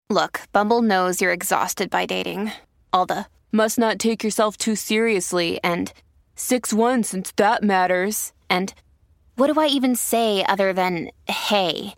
Look, Bumble knows you're exhausted by dating. All the must not take yourself too seriously and 6'1" since that matters. And what do I even say other than hey?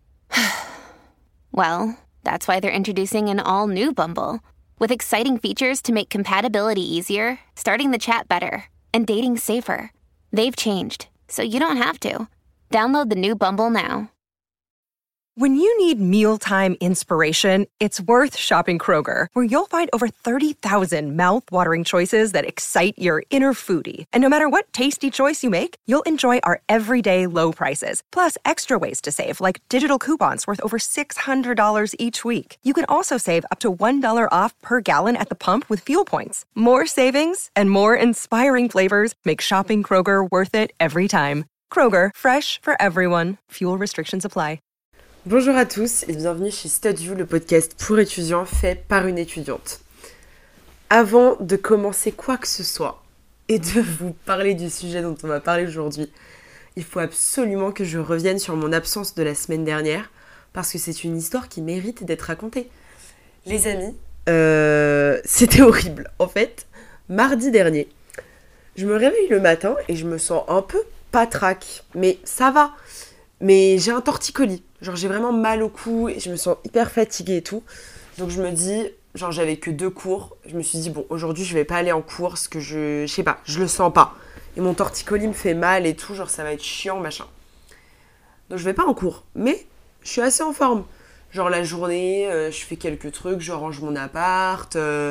Well, that's why they're introducing an all-new Bumble with exciting features to make compatibility easier, starting the chat better, and dating safer. They've changed, so you don't have to. Download the new Bumble now. When you need mealtime inspiration, it's worth shopping Kroger, where you'll find over 30,000 mouth-watering choices that excite your inner foodie. And no matter what tasty choice you make, you'll enjoy our everyday low prices, plus extra ways to save, like digital coupons worth over $600 each week. You can also save up to $1 off per gallon at the pump with fuel points. More savings and more inspiring flavors make shopping Kroger worth it every time. Kroger, fresh for everyone. Fuel restrictions apply. Bonjour à tous et bienvenue chez StudYou, le podcast pour étudiants fait par une étudiante. Avant de commencer quoi que ce soit et de vous parler du sujet dont on va parler aujourd'hui, il faut absolument que je revienne sur mon absence de la semaine dernière parce que c'est une histoire qui mérite d'être racontée. Les amis, c'était horrible. En fait, mardi dernier, je me réveille le matin et je me sens un peu patraque, mais ça va. Mais j'ai un torticolis, genre j'ai vraiment mal au cou et je me sens hyper fatiguée et tout. Donc je me dis, genre j'avais que 2 cours, je me suis dit bon aujourd'hui je vais pas aller en cours parce que je sais pas, je le sens pas. Et mon torticolis me fait mal et tout, genre ça va être chiant machin. Donc je vais pas en cours, mais je suis assez en forme. Genre la journée, je fais quelques trucs, je range mon appart,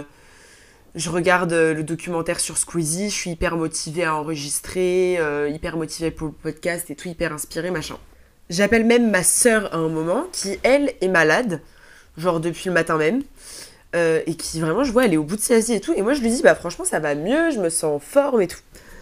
je regarde le documentaire sur Squeezie, je suis hyper motivée à enregistrer, hyper motivée pour le podcast et tout, hyper inspirée machin. J'appelle même ma sœur à un moment, qui, elle, est malade, genre depuis le matin même, et qui, vraiment, je vois, elle est au bout de sa vie et tout, et moi, je lui dis, bah, franchement, ça va mieux, je me sens en forme et tout.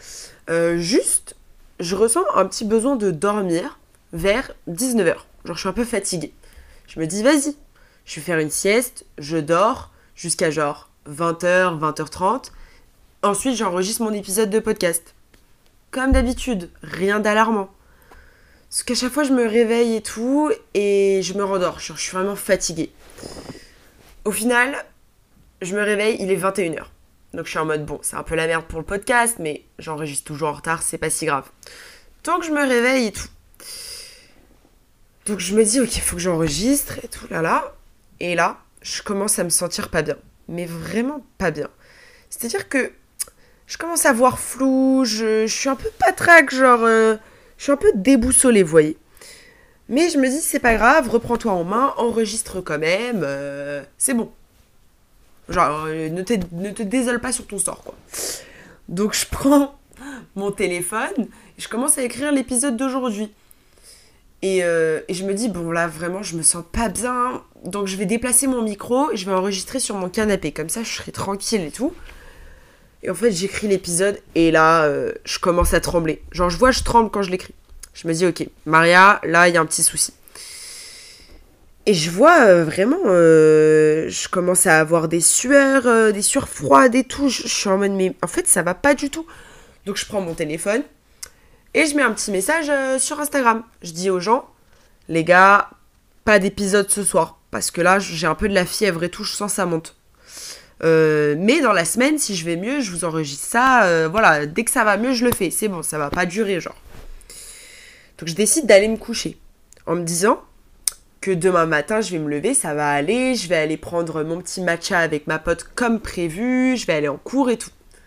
Juste, je ressens un petit besoin de dormir vers 19h. Genre, je suis un peu fatiguée. Je me dis, vas-y, je vais faire une sieste, je dors jusqu'à genre 20h, 20h30. Ensuite, j'enregistre mon épisode de podcast. Comme d'habitude, rien d'alarmant. Parce qu'à chaque fois, je me réveille et tout, et je me rendors. Je suis vraiment fatiguée. Au final, je me réveille, il est 21h. Donc je suis en mode, bon, c'est un peu la merde pour le podcast, mais j'enregistre toujours en retard, c'est pas si grave. Tant que je me réveille et tout. Donc je me dis, ok, il faut que j'enregistre et tout, là. Et là, je commence à me sentir pas bien. Mais vraiment pas bien. C'est-à-dire que je commence à voir flou, je suis un peu patraque, genre... je suis un peu déboussolée, vous voyez. Mais je me dis, c'est pas grave, reprends-toi en main, enregistre quand même, c'est bon. Genre, ne te désole pas sur ton sort, quoi. Donc, je prends mon téléphone, et je commence à écrire l'épisode d'aujourd'hui. Et je me dis, bon, là, vraiment, je me sens pas bien. Donc, je vais déplacer mon micro, et je vais enregistrer sur mon canapé. Comme ça, je serai tranquille et tout. Et en fait, j'écris l'épisode et là, je commence à trembler. Genre, je tremble quand je l'écris. Je me dis, ok, Maria, là, il y a un petit souci. Et je vois vraiment, je commence à avoir des sueurs froides et tout. Je suis en mode, mais en fait, ça va pas du tout. Donc, je prends mon téléphone et je mets un petit message sur Instagram. Je dis aux gens, les gars, pas d'épisode ce soir. Parce que là, j'ai un peu de la fièvre et tout, je sens ça monte. Mais dans la semaine, si je vais mieux, je vous enregistre ça. Voilà, dès que ça va mieux, je le fais. C'est bon, ça va pas durer, genre. Donc je décide d'aller me coucher. En me disant que demain matin, je vais me lever, ça va aller. Je vais aller prendre mon petit matcha avec ma pote comme prévu. Je vais aller en cours et tout.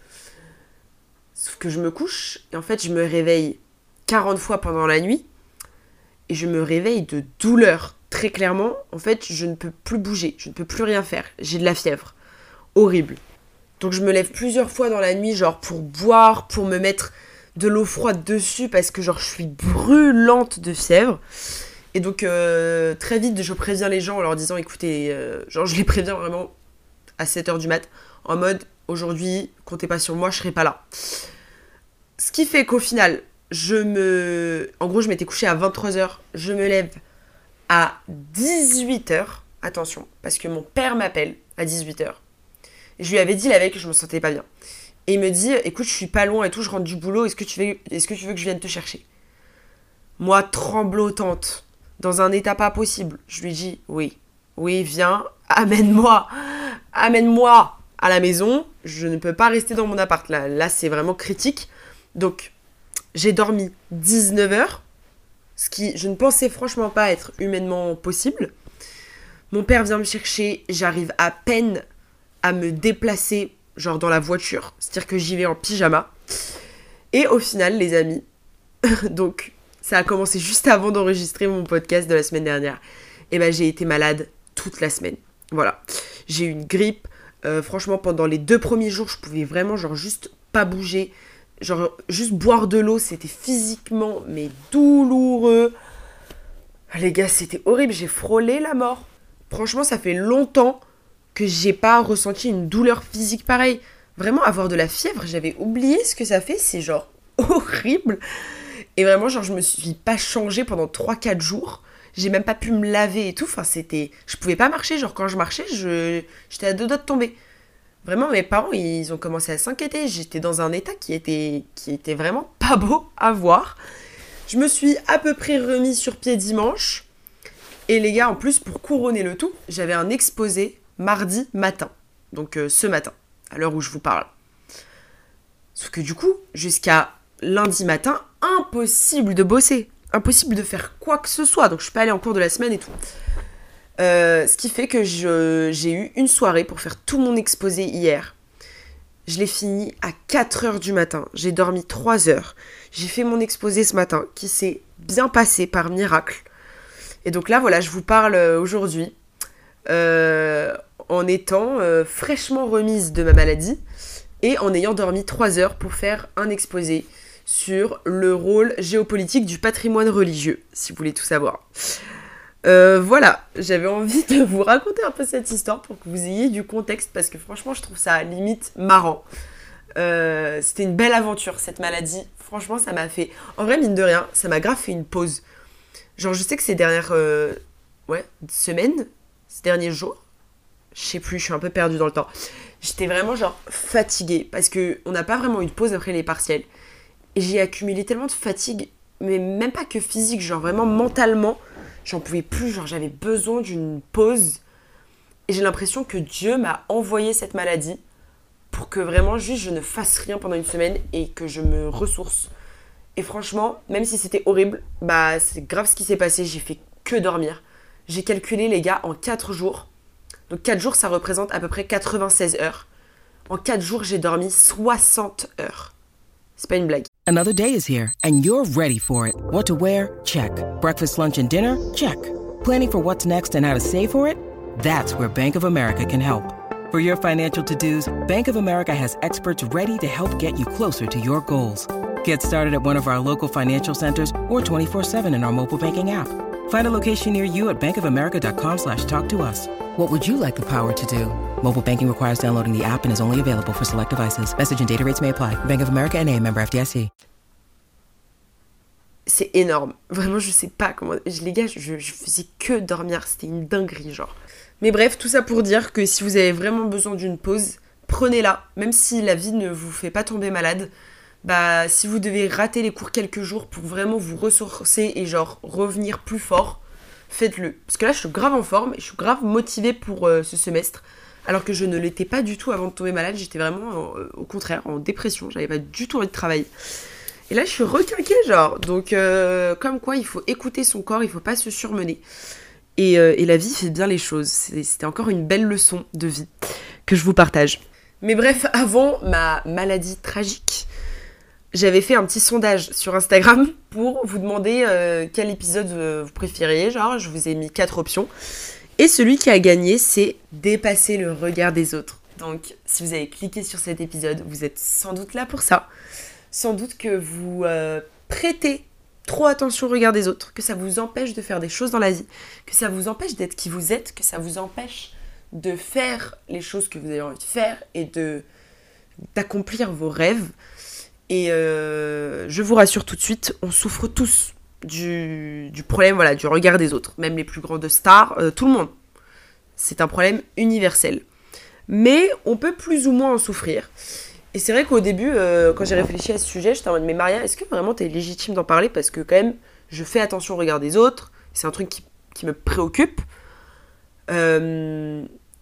Sauf que je me couche et en fait, je me réveille 40 fois pendant la nuit. Et je me réveille de douleur. Très clairement, en fait, je ne peux plus bouger. Je ne peux plus rien faire. J'ai de la fièvre. Horrible. Donc je me lève plusieurs fois dans la nuit, genre pour boire, pour me mettre de l'eau froide dessus, parce que genre je suis brûlante de fièvre. Et donc très vite, je préviens les gens en leur disant, écoutez, genre je les préviens vraiment à 7h du mat, en mode, aujourd'hui, comptez pas sur moi, je serai pas là. Ce qui fait qu'au final, en gros, je m'étais couchée à 23h, je me lève à 18h, attention, parce que mon père m'appelle à 18h. Je lui avais dit la veille que je me sentais pas bien. Et il me dit, écoute, je suis pas loin et tout, je rentre du boulot, est-ce que tu veux que je vienne te chercher ? Moi, tremblotante, dans un état pas possible, je lui dis, oui, viens, amène-moi à la maison, je ne peux pas rester dans mon appart, là c'est vraiment critique. Donc, j'ai dormi 19 heures, ce qui, je ne pensais franchement pas être humainement possible. Mon père vient me chercher, j'arrive à peine à me déplacer, genre dans la voiture, c'est-à-dire que j'y vais en pyjama. Et au final, les amis, donc ça a commencé juste avant d'enregistrer mon podcast de la semaine dernière, et ben j'ai été malade toute la semaine. Voilà, j'ai eu une grippe, franchement pendant les 2 premiers jours, je pouvais vraiment genre juste pas bouger, genre juste boire de l'eau, c'était physiquement mais douloureux. Les gars, c'était horrible, j'ai frôlé la mort. Franchement, ça fait longtemps que j'ai pas ressenti une douleur physique pareille. Vraiment, avoir de la fièvre, j'avais oublié ce que ça fait, c'est genre horrible. Et vraiment, genre, je me suis pas changée pendant 3-4 jours. J'ai même pas pu me laver et tout. Enfin, c'était... Je pouvais pas marcher. Genre, quand je marchais, j'étais à 2 doigts de tomber. Vraiment, mes parents, ils ont commencé à s'inquiéter. J'étais dans un état qui était vraiment pas beau à voir. Je me suis à peu près remise sur pied dimanche. Et les gars, en plus, pour couronner le tout, j'avais un exposé mardi matin. Donc, ce matin, à l'heure où je vous parle. Sauf que du coup, jusqu'à lundi matin, impossible de bosser. Impossible de faire quoi que ce soit. Donc, je suis pas allée en cours de la semaine et tout. Ce qui fait que j'ai eu une soirée pour faire tout mon exposé hier. Je l'ai fini à 4h du matin. J'ai dormi 3 heures. J'ai fait mon exposé ce matin, qui s'est bien passé par miracle. Et donc là, voilà, je vous parle aujourd'hui en étant fraîchement remise de ma maladie et en ayant dormi 3 heures pour faire un exposé sur le rôle géopolitique du patrimoine religieux, si vous voulez tout savoir. Voilà, j'avais envie de vous raconter un peu cette histoire pour que vous ayez du contexte, parce que franchement, je trouve ça limite marrant. C'était une belle aventure, cette maladie. Franchement, ça m'a fait... En vrai, mine de rien, ça m'a grave fait une pause. Genre, je sais que ces dernières semaines, ces derniers jours, je sais plus, je suis un peu perdue dans le temps. J'étais vraiment genre fatiguée parce qu'on n'a pas vraiment eu de pause après les partiels. Et j'ai accumulé tellement de fatigue, mais même pas que physique, genre vraiment mentalement, j'en pouvais plus, genre j'avais besoin d'une pause. Et j'ai l'impression que Dieu m'a envoyé cette maladie pour que vraiment juste je ne fasse rien pendant une semaine et que je me ressource. Et franchement, même si c'était horrible, bah c'est grave ce qui s'est passé, j'ai fait que dormir. J'ai calculé les gars en 4 jours. Donc 4 jours ça représente à peu près 96 heures. En 4 jours j'ai dormi 60 heures. C'est pas une blague. Another day is here and you're ready for it. What to wear? Check. Breakfast, lunch and dinner? Check. Planning for what's next and how to save for it? That's where Bank of America can help. For your financial to-dos, Bank of America has experts ready to help get you closer to your goals. Get started at one of our local financial centers or 24/7 in our mobile banking app. Find a location near you at bankofamerica.com/talktous. What would you like the power to do? Mobile banking requires downloading the app and is only available for select devices. Message and data rates may apply. Bank of America N.A., member FDIC. C'est énorme. Vraiment, je sais pas comment... Les gars, je faisais que dormir. C'était une dinguerie, genre. Mais bref, tout ça pour dire que si vous avez vraiment besoin d'une pause, prenez-la. Même si la vie ne vous fait pas tomber malade, bah, si vous devez rater les cours quelques jours pour vraiment vous ressourcer et genre revenir plus fort, faites-le. Parce que là, je suis grave en forme et je suis grave motivée pour ce semestre. Alors que je ne l'étais pas du tout avant de tomber malade. J'étais vraiment, au contraire, en dépression. J'avais pas du tout envie de travailler. Et là, je suis requinquée, genre. Donc, comme quoi, il faut écouter son corps, il faut pas se surmener. Et la vie fait bien les choses. C'était encore une belle leçon de vie que je vous partage. Mais bref, avant ma maladie tragique, j'avais fait un petit sondage sur Instagram pour vous demander quel épisode vous préfériez. Genre, je vous ai mis 4 options. Et celui qui a gagné, c'est dépasser le regard des autres. Donc, si vous avez cliqué sur cet épisode, vous êtes sans doute là pour ça. Sans doute que vous prêtez trop attention au regard des autres, que ça vous empêche de faire des choses dans la vie, que ça vous empêche d'être qui vous êtes, que ça vous empêche de faire les choses que vous avez envie de faire et d'accomplir vos rêves. Et je vous rassure tout de suite, on souffre tous du problème, voilà, du regard des autres. Même les plus grandes stars, tout le monde. C'est un problème universel. Mais on peut plus ou moins en souffrir. Et c'est vrai qu'au début, quand j'ai réfléchi à ce sujet, j'étais en mode, mais Maria, est-ce que vraiment t'es légitime d'en parler? Parce que quand même, je fais attention au regard des autres. C'est un truc qui me préoccupe.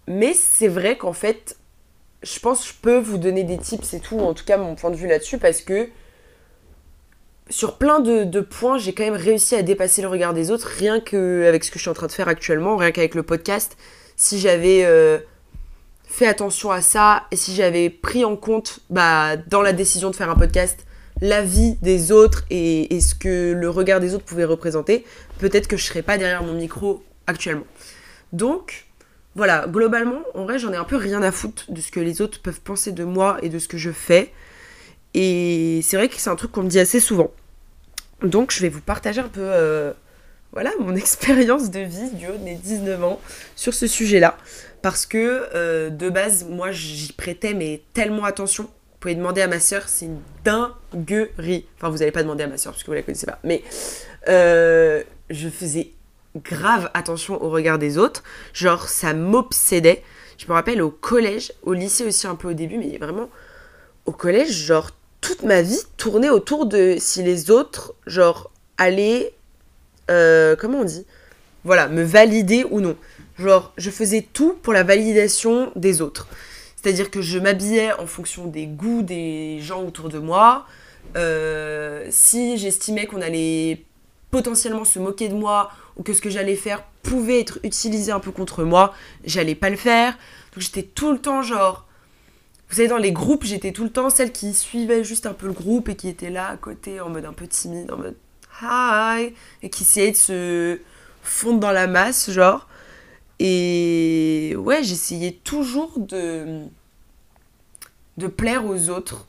Mais c'est vrai qu'en fait, je pense que je peux vous donner des tips et tout, en tout cas mon point de vue là-dessus, parce que sur plein de points, j'ai quand même réussi à dépasser le regard des autres, rien qu'avec ce que je suis en train de faire actuellement, rien qu'avec le podcast. Si j'avais fait attention à ça, et si j'avais pris en compte, dans la décision de faire un podcast, l'avis des autres et ce que le regard des autres pouvait représenter, peut-être que je serais pas derrière mon micro actuellement. Donc, voilà, globalement, en vrai, j'en ai un peu rien à foutre de ce que les autres peuvent penser de moi et de ce que je fais. Et c'est vrai que c'est un truc qu'on me dit assez souvent. Donc, je vais vous partager un peu mon expérience de vie du haut de mes 19 ans sur ce sujet-là. Parce que, de base, moi, j'y prêtais mais tellement attention. Vous pouvez demander à ma sœur, c'est une dinguerie. Enfin, vous n'allez pas demander à ma sœur parce que vous la connaissez pas. Mais je faisais grave attention au regard des autres. Genre, ça m'obsédait. Je me rappelle au collège, au lycée aussi un peu au début, mais vraiment au collège, genre, toute ma vie tournait autour de si les autres, genre, allaient, comment on dit ? Voilà, me valider ou non. Genre, je faisais tout pour la validation des autres. C'est-à-dire que je m'habillais en fonction des goûts des gens autour de moi. Si j'estimais qu'on allait potentiellement se moquer de moi ou que ce que j'allais faire pouvait être utilisé un peu contre moi, j'allais pas le faire. Donc j'étais tout le temps genre... Vous savez, dans les groupes, j'étais tout le temps celle qui suivait juste un peu le groupe et qui était là à côté en mode un peu timide, en mode hi, et qui essayait de se fondre dans la masse, genre. Et ouais, j'essayais toujours de plaire aux autres.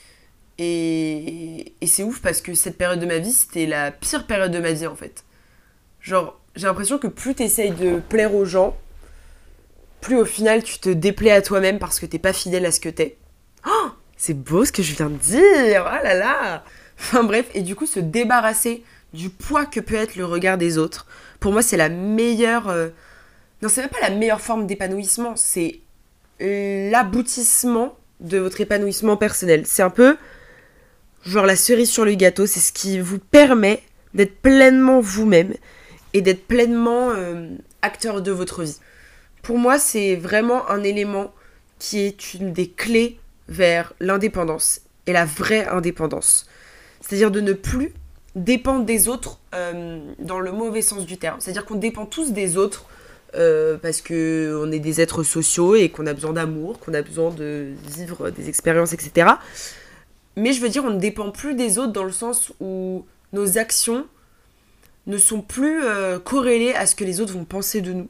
Et c'est ouf parce que cette période de ma vie, c'était la pire période de ma vie en fait. Genre, j'ai l'impression que plus t'essayes de plaire aux gens, plus au final tu te déplais à toi-même parce que t'es pas fidèle à ce que t'es. Oh, c'est beau ce que je viens de dire, oh là là. Enfin bref, et du coup se débarrasser du poids que peut être le regard des autres, pour moi c'est la meilleure... Non, c'est même pas la meilleure forme d'épanouissement, c'est l'aboutissement de votre épanouissement personnel. C'est un peu genre la cerise sur le gâteau, c'est ce qui vous permet d'être pleinement vous-même et d'être pleinement acteur de votre vie. Pour moi, c'est vraiment un élément qui est une des clés vers l'indépendance et la vraie indépendance. C'est-à-dire de ne plus dépendre des autres dans le mauvais sens du terme. C'est-à-dire qu'on dépend tous des autres parce qu'on est des êtres sociaux et qu'on a besoin d'amour, qu'on a besoin de vivre des expériences, etc. Mais je veux dire, on ne dépend plus des autres dans le sens où nos actions ne sont plus corrélées à ce que les autres vont penser de nous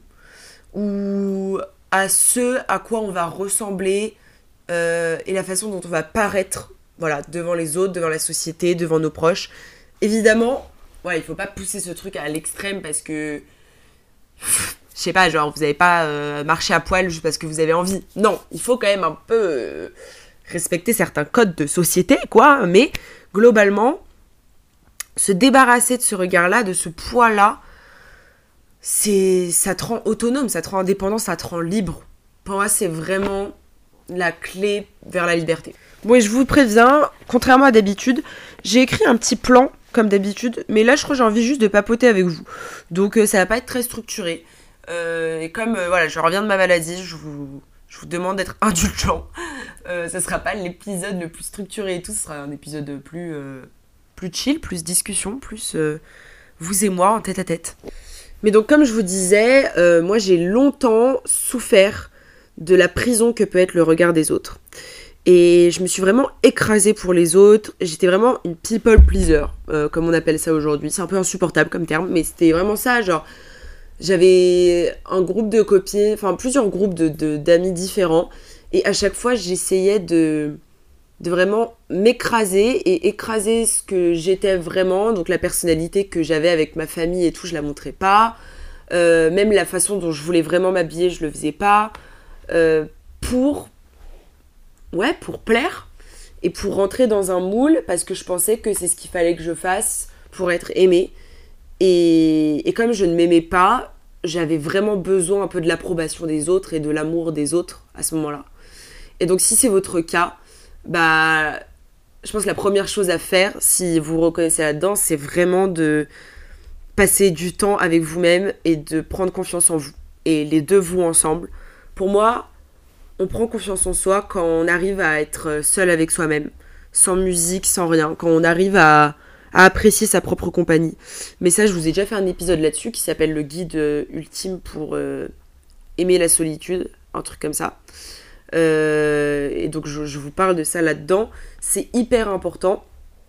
ou à ce à quoi on va ressembler et la façon dont on va paraître, voilà, devant les autres, devant la société, devant nos proches. Évidemment, ouais, il faut pas pousser ce truc à l'extrême parce que je sais pas, genre vous n'allez pas marcher à poil juste parce que vous avez envie. Non, il faut quand même un peu respecter certains codes de société, quoi. Mais globalement, se débarrasser de ce regard-là, de ce poids-là, ça te rend autonome, ça te rend indépendant, ça te rend libre. Pour moi, c'est vraiment la clé vers la liberté. Bon, et je vous préviens, contrairement à d'habitude, j'ai écrit un petit plan, comme d'habitude, mais là, je crois que j'ai envie juste de papoter avec vous. Donc, ça va pas être très structuré. Et comme, voilà, je reviens de ma maladie, je vous demande d'être indulgent. Ça sera pas l'épisode le plus structuré et tout, ce sera un épisode plus chill, plus discussion, plus vous et moi en tête-à-tête. Mais donc, comme je vous disais, moi, j'ai longtemps souffert de la prison que peut être le regard des autres. Et je me suis vraiment écrasée pour les autres. J'étais vraiment une people pleaser, comme on appelle ça aujourd'hui. C'est un peu insupportable comme terme, mais c'était vraiment ça, genre... J'avais un groupe de copines, enfin plusieurs groupes d'amis différents. Et à chaque fois, j'essayais de vraiment m'écraser et écraser ce que j'étais vraiment. Donc la personnalité que j'avais avec ma famille et tout, je la montrais pas. Même la façon dont je voulais vraiment m'habiller, je le faisais pas. Pour plaire et pour rentrer dans un moule parce que je pensais que c'est ce qu'il fallait que je fasse pour être aimée. Et comme je ne m'aimais pas, j'avais vraiment besoin un peu de l'approbation des autres et de l'amour des autres à ce moment-là. Et donc si c'est votre cas, je pense que la première chose à faire, si vous vous reconnaissez là-dedans, c'est vraiment de passer du temps avec vous-même et de prendre confiance en vous. Et les deux vous ensemble, Pour moi, on prend confiance en soi quand on arrive à être seul avec soi-même, sans musique, sans rien, quand on arrive à apprécier sa propre compagnie. Mais ça, je vous ai déjà fait un épisode là-dessus qui s'appelle le guide ultime pour aimer la solitude, un truc comme ça. Et donc je vous parle de ça là-dedans. C'est hyper important.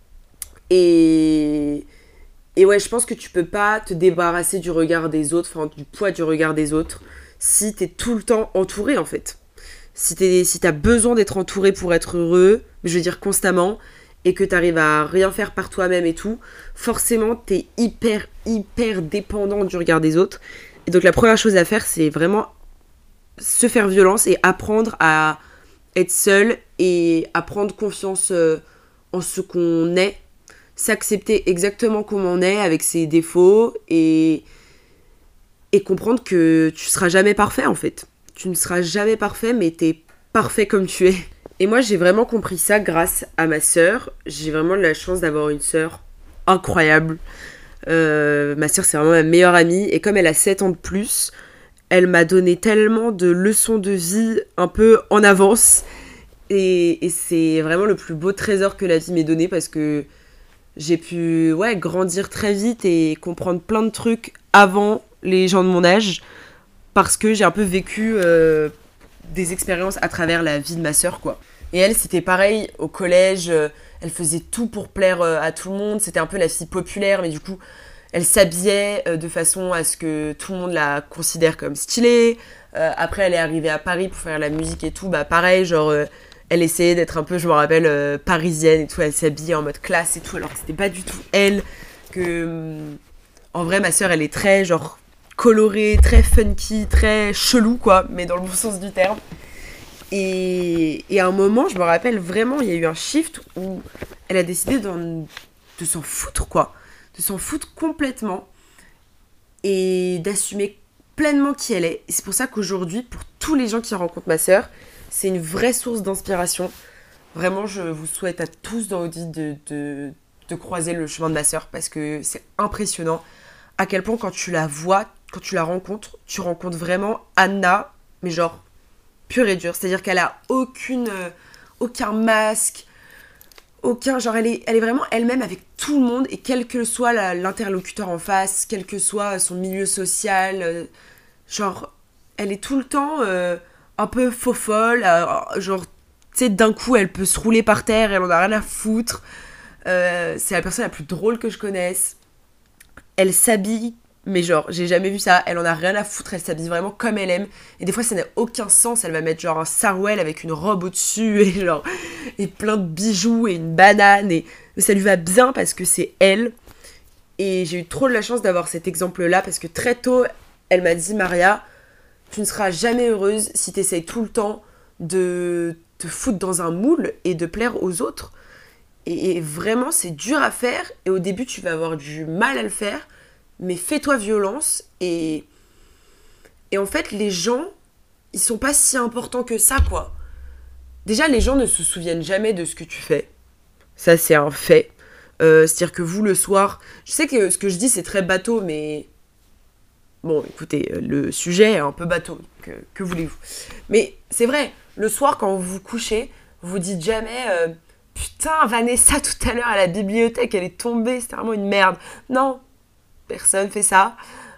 Et ouais, je pense que tu peux pas te débarrasser du regard des autres, enfin du poids du regard des autres, si t'es tout le temps entouré en fait. Si t'as besoin d'être entouré pour être heureux, je veux dire constamment, et que t'arrives à rien faire par toi-même et tout, forcément t'es hyper dépendant du regard des autres. Et donc la première chose à faire, c'est vraiment se faire violence et apprendre à être seul et à prendre confiance en ce qu'on est, s'accepter exactement comme on est avec ses défauts et comprendre que tu seras jamais parfait en fait. Tu ne seras jamais parfait, mais t'es parfait comme tu es. Et moi, j'ai vraiment compris ça grâce à ma sœur. J'ai vraiment de la chance d'avoir une sœur incroyable. Ma sœur, c'est vraiment ma meilleure amie. Et comme elle a 7 ans de plus, elle m'a donné tellement de leçons de vie un peu en avance. Et c'est vraiment le plus beau trésor que la vie m'ait donné parce que j'ai pu grandir très vite et comprendre plein de trucs avant les gens de mon âge. Parce que j'ai un peu vécu des expériences à travers la vie de ma sœur, quoi. Et elle, c'était pareil au collège. Elle faisait tout pour plaire à tout le monde. C'était un peu la fille populaire, mais du coup, elle s'habillait de façon à ce que tout le monde la considère comme stylée. Après, elle est arrivée à Paris pour faire la musique et tout. Bah pareil, genre, elle essayait d'être un peu, je me rappelle, parisienne et tout. Elle s'habillait en mode classe et tout, alors que c'était pas du tout elle. En vrai, ma sœur, elle est très, genre, colorée, très funky, très chelou, quoi, mais dans le bon sens du terme. Et à un moment, je me rappelle vraiment, il y a eu un shift où elle a décidé de s'en foutre, quoi. De s'en foutre complètement et d'assumer pleinement qui elle est. Et c'est pour ça qu'aujourd'hui, pour tous les gens qui rencontrent ma sœur, c'est une vraie source d'inspiration. Vraiment, je vous souhaite à tous dans votre vie de croiser le chemin de ma sœur parce que c'est impressionnant à quel point quand tu la vois, quand tu la rencontres, tu rencontres vraiment Anna, mais genre pure et dure. C'est-à-dire qu'elle a aucun masque, genre elle est vraiment elle-même avec tout le monde et quel que soit l'interlocuteur en face, quel que soit son milieu social, genre elle est tout le temps un peu faux folle, genre tu sais d'un coup elle peut se rouler par terre, elle en a rien à foutre. C'est la personne la plus drôle que je connaisse. Elle s'habille, mais genre, j'ai jamais vu ça. Elle en a rien à foutre, elle s'habille vraiment comme elle aime. Et des fois, ça n'a aucun sens. Elle va mettre genre un sarouel avec une robe au-dessus et plein de bijoux et une banane. Mais ça lui va bien parce que c'est elle. Et j'ai eu trop de la chance d'avoir cet exemple-là parce que très tôt, elle m'a dit, Maria, tu ne seras jamais heureuse si tu essayes tout le temps de te foutre dans un moule et de plaire aux autres. Et vraiment, c'est dur à faire. Et au début, tu vas avoir du mal à le faire. Mais fais-toi violence. Et en fait, les gens, ils sont pas si importants que ça, quoi. Déjà, les gens ne se souviennent jamais de ce que tu fais. Ça, c'est un fait. C'est-à-dire que vous, le soir... Je sais que ce que je dis, c'est très bateau, mais... Bon, écoutez, le sujet est un peu bateau. Que voulez-vous ? Mais c'est vrai, le soir, quand vous vous couchez, vous dites jamais... Putain, Vanessa, tout à l'heure à la bibliothèque, elle est tombée, c'était vraiment une merde. Non, personne fait ça.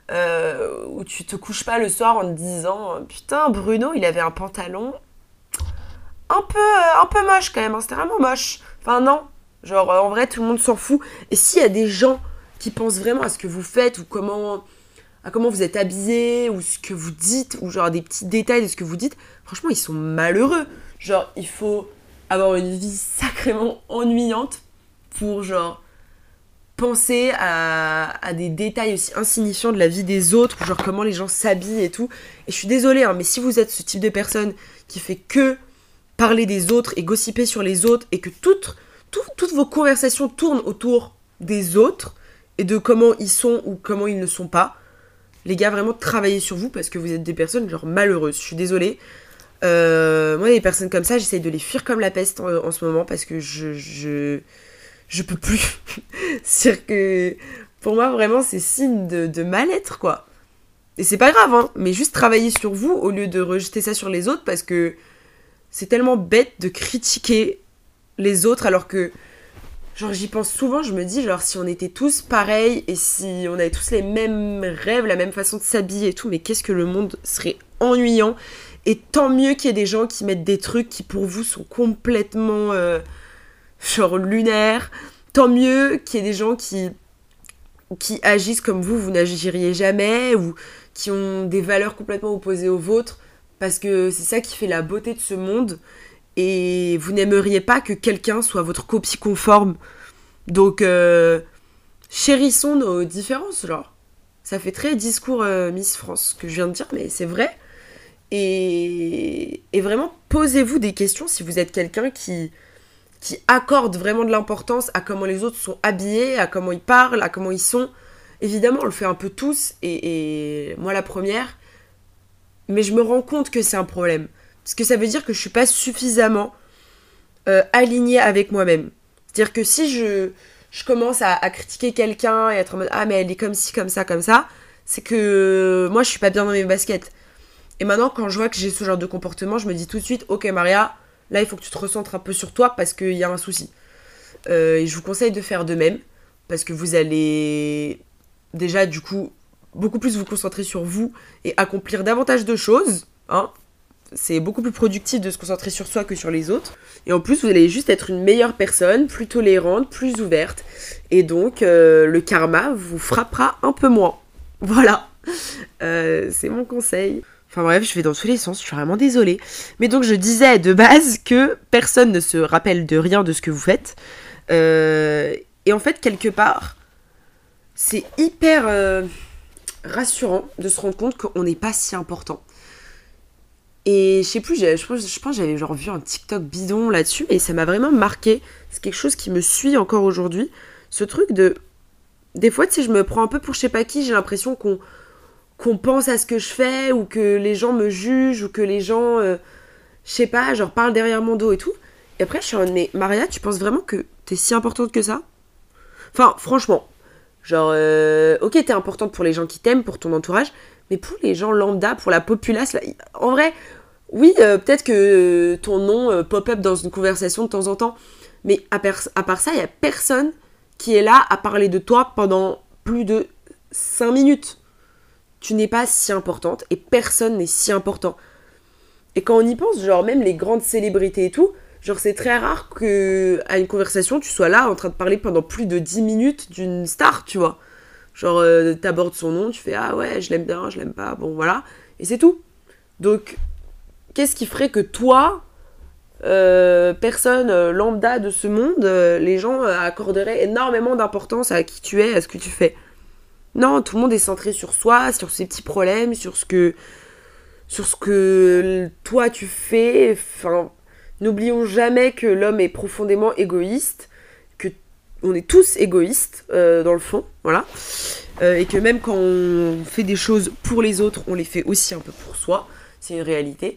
Ou tu te couches pas le soir en te disant putain, Bruno, il avait un pantalon un peu moche quand même, hein, c'était vraiment moche. Enfin, non, genre en vrai, tout le monde s'en fout. Et s'il y a des gens qui pensent vraiment à ce que vous faites, ou comment vous êtes habillés, ou ce que vous dites, ou genre des petits détails de ce que vous dites, franchement, ils sont malheureux. Genre, il faut avoir une vie sacrément ennuyante pour genre penser à des détails aussi insignifiants de la vie des autres, genre comment les gens s'habillent et tout. Et je suis désolée, hein, mais si vous êtes ce type de personne qui fait que parler des autres et gossiper sur les autres et que toutes vos conversations tournent autour des autres et de comment ils sont ou comment ils ne sont pas, les gars, vraiment travaillez sur vous parce que vous êtes des personnes genre malheureuses. Je suis désolée. Moi, les personnes comme ça, j'essaye de les fuir comme la peste en ce moment parce que je peux plus. C'est-à-dire que pour moi, vraiment, c'est signe de mal-être, quoi. Et c'est pas grave, hein, mais juste travailler sur vous au lieu de rejeter ça sur les autres, parce que c'est tellement bête de critiquer les autres alors que, genre, j'y pense souvent, je me dis, genre, si on était tous pareils et si on avait tous les mêmes rêves, la même façon de s'habiller et tout, mais qu'est-ce que le monde serait ennuyant. Et tant mieux qu'il y ait des gens qui mettent des trucs qui pour vous sont complètement genre lunaires. Tant mieux qu'il y ait des gens qui agissent comme vous n'agiriez jamais, ou qui ont des valeurs complètement opposées aux vôtres, parce que c'est ça qui fait la beauté de ce monde, et vous n'aimeriez pas que quelqu'un soit votre copie conforme. Donc, chérissons nos différences, genre. Ça fait très discours Miss France, ce que je viens de dire, mais c'est vrai. Et vraiment, posez-vous des questions si vous êtes quelqu'un qui accorde vraiment de l'importance à comment les autres sont habillés, à comment ils parlent, à comment ils sont. Évidemment, on le fait un peu tous, et moi la première, mais je me rends compte que c'est un problème. Parce que ça veut dire que je suis pas suffisamment alignée avec moi-même. C'est-à-dire que si je commence à critiquer quelqu'un et être en mode « Ah, mais elle est comme ci, comme ça, c'est que moi, je suis pas bien dans mes baskets. » Et maintenant, quand je vois que j'ai ce genre de comportement, je me dis tout de suite « Ok, Maria, là, il faut que tu te recentres un peu sur toi parce qu'il y a un souci. » Et je vous conseille de faire de même, parce que vous allez déjà, du coup, beaucoup plus vous concentrer sur vous et accomplir davantage de choses, hein. C'est beaucoup plus productif de se concentrer sur soi que sur les autres. Et en plus, vous allez juste être une meilleure personne, plus tolérante, plus ouverte. Et donc, le karma vous frappera un peu moins. Voilà. C'est mon conseil. Enfin bref, je vais dans tous les sens, je suis vraiment désolée. Mais donc, je disais de base que personne ne se rappelle de rien de ce que vous faites. Et en fait, quelque part, c'est hyper rassurant de se rendre compte qu'on n'est pas si important. Et je sais plus, je pense que j'avais genre vu un TikTok bidon là-dessus, et ça m'a vraiment marqué. C'est quelque chose qui me suit encore aujourd'hui. Ce truc de... Des fois, tu sais, je me prends un peu pour je sais pas qui, j'ai l'impression qu'on pense à ce que je fais, ou que les gens me jugent, ou que les gens, je sais pas, genre parlent derrière mon dos et tout. Et après, je suis en mode, mais Maria, tu penses vraiment que t'es si importante que ça ? Enfin, franchement, genre, ok, t'es importante pour les gens qui t'aiment, pour ton entourage, mais pour les gens lambda, pour la populace, là, en vrai, oui, peut-être que ton nom pop-up dans une conversation de temps en temps, mais à part ça, il n'y a personne qui est là à parler de toi pendant plus de 5 minutes. Tu n'es pas si importante, et personne n'est si important. Et quand on y pense, genre même les grandes célébrités et tout, genre c'est très rare qu'à une conversation, tu sois là en train de parler pendant plus de 10 minutes d'une star, tu vois. Genre, t'abordes son nom, tu fais « Ah ouais, je l'aime bien, je l'aime pas, bon voilà. » Et c'est tout. Donc, qu'est-ce qui ferait que toi, personne lambda de ce monde, les gens accorderaient énormément d'importance à qui tu es, à ce que tu fais ? Non, tout le monde est centré sur soi, sur ses petits problèmes, sur ce que toi tu fais. Enfin, n'oublions jamais que l'homme est profondément égoïste, on est tous égoïstes dans le fond, voilà, et que même quand on fait des choses pour les autres, on les fait aussi un peu pour soi, c'est une réalité.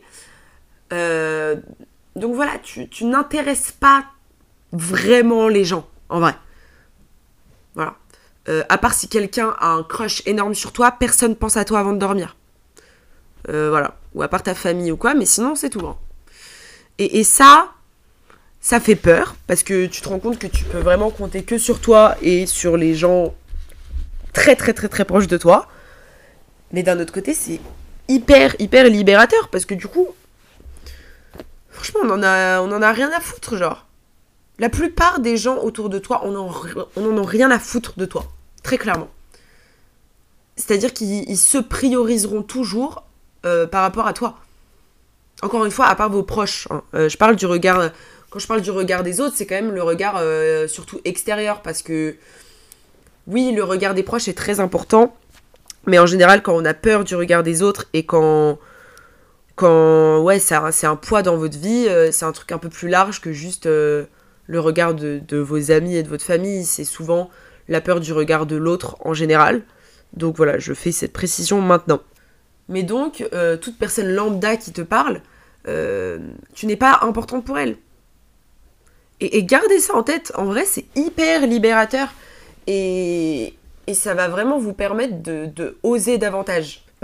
Donc voilà, tu n'intéresses pas vraiment les gens, en vrai. Voilà. À part si quelqu'un a un crush énorme sur toi, personne pense à toi avant de dormir. Voilà. Ou à part ta famille ou quoi, mais sinon c'est tout. Hein. Et ça fait peur, parce que tu te rends compte que tu peux vraiment compter que sur toi et sur les gens très très très très proches de toi. Mais d'un autre côté, c'est hyper hyper libérateur, parce que du coup, franchement, on en a rien à foutre, genre. La plupart des gens autour de toi, on en a rien à foutre de toi, très clairement. C'est-à-dire qu'ils se prioriseront toujours par rapport à toi. Encore une fois, à part vos proches. Hein. Je parle du regard... Quand je parle du regard des autres, c'est quand même le regard surtout extérieur, parce que oui, le regard des proches est très important, mais en général, quand on a peur du regard des autres et quand ouais, c'est un poids dans votre vie, c'est un truc un peu plus large que juste le regard de vos amis et de votre famille. C'est souvent la peur du regard de l'autre en général. Donc voilà, je fais cette précision maintenant. Mais donc, toute personne lambda qui te parle, tu n'es pas importante pour elle. Et gardez ça en tête, en vrai c'est hyper libérateur, et ça va vraiment vous permettre de oser davantage.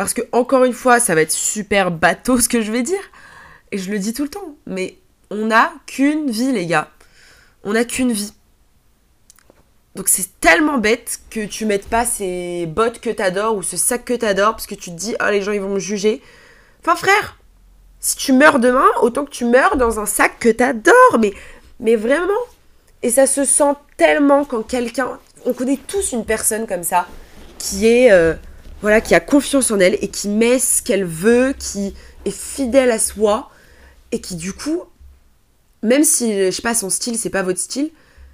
Parce que, encore une fois, ça va être super bateau ce que je vais dire. Et je le dis tout le temps. Mais on n'a qu'une vie, les gars. On n'a qu'une vie. Donc c'est tellement bête que tu mettes pas ces bottes que t'adores ou ce sac que t'adores parce que tu te dis « Ah, les gens, ils vont me juger. » Enfin, frère, si tu meurs demain, autant que tu meurs dans un sac que t'adores. Mais vraiment. Et ça se sent tellement quand quelqu'un... On connaît tous une personne comme ça qui est... qui a confiance en elle et qui met ce qu'elle veut, qui est fidèle à soi et qui, du coup, même si, je sais pas, son style, c'est pas votre style,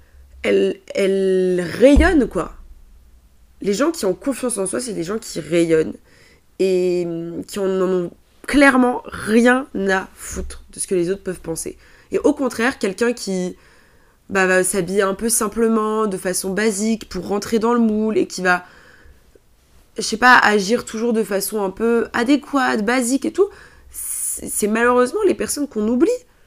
elle rayonne, quoi. Les gens qui ont confiance en soi, c'est des gens qui rayonnent et qui en ont clairement rien à foutre de ce que les autres peuvent penser. Et au contraire, quelqu'un qui va s'habiller un peu simplement, de façon basique, pour rentrer dans le moule et qui va, je sais pas, agir toujours de façon un peu adéquate, basique et tout, c'est malheureusement les personnes qu'on oublie.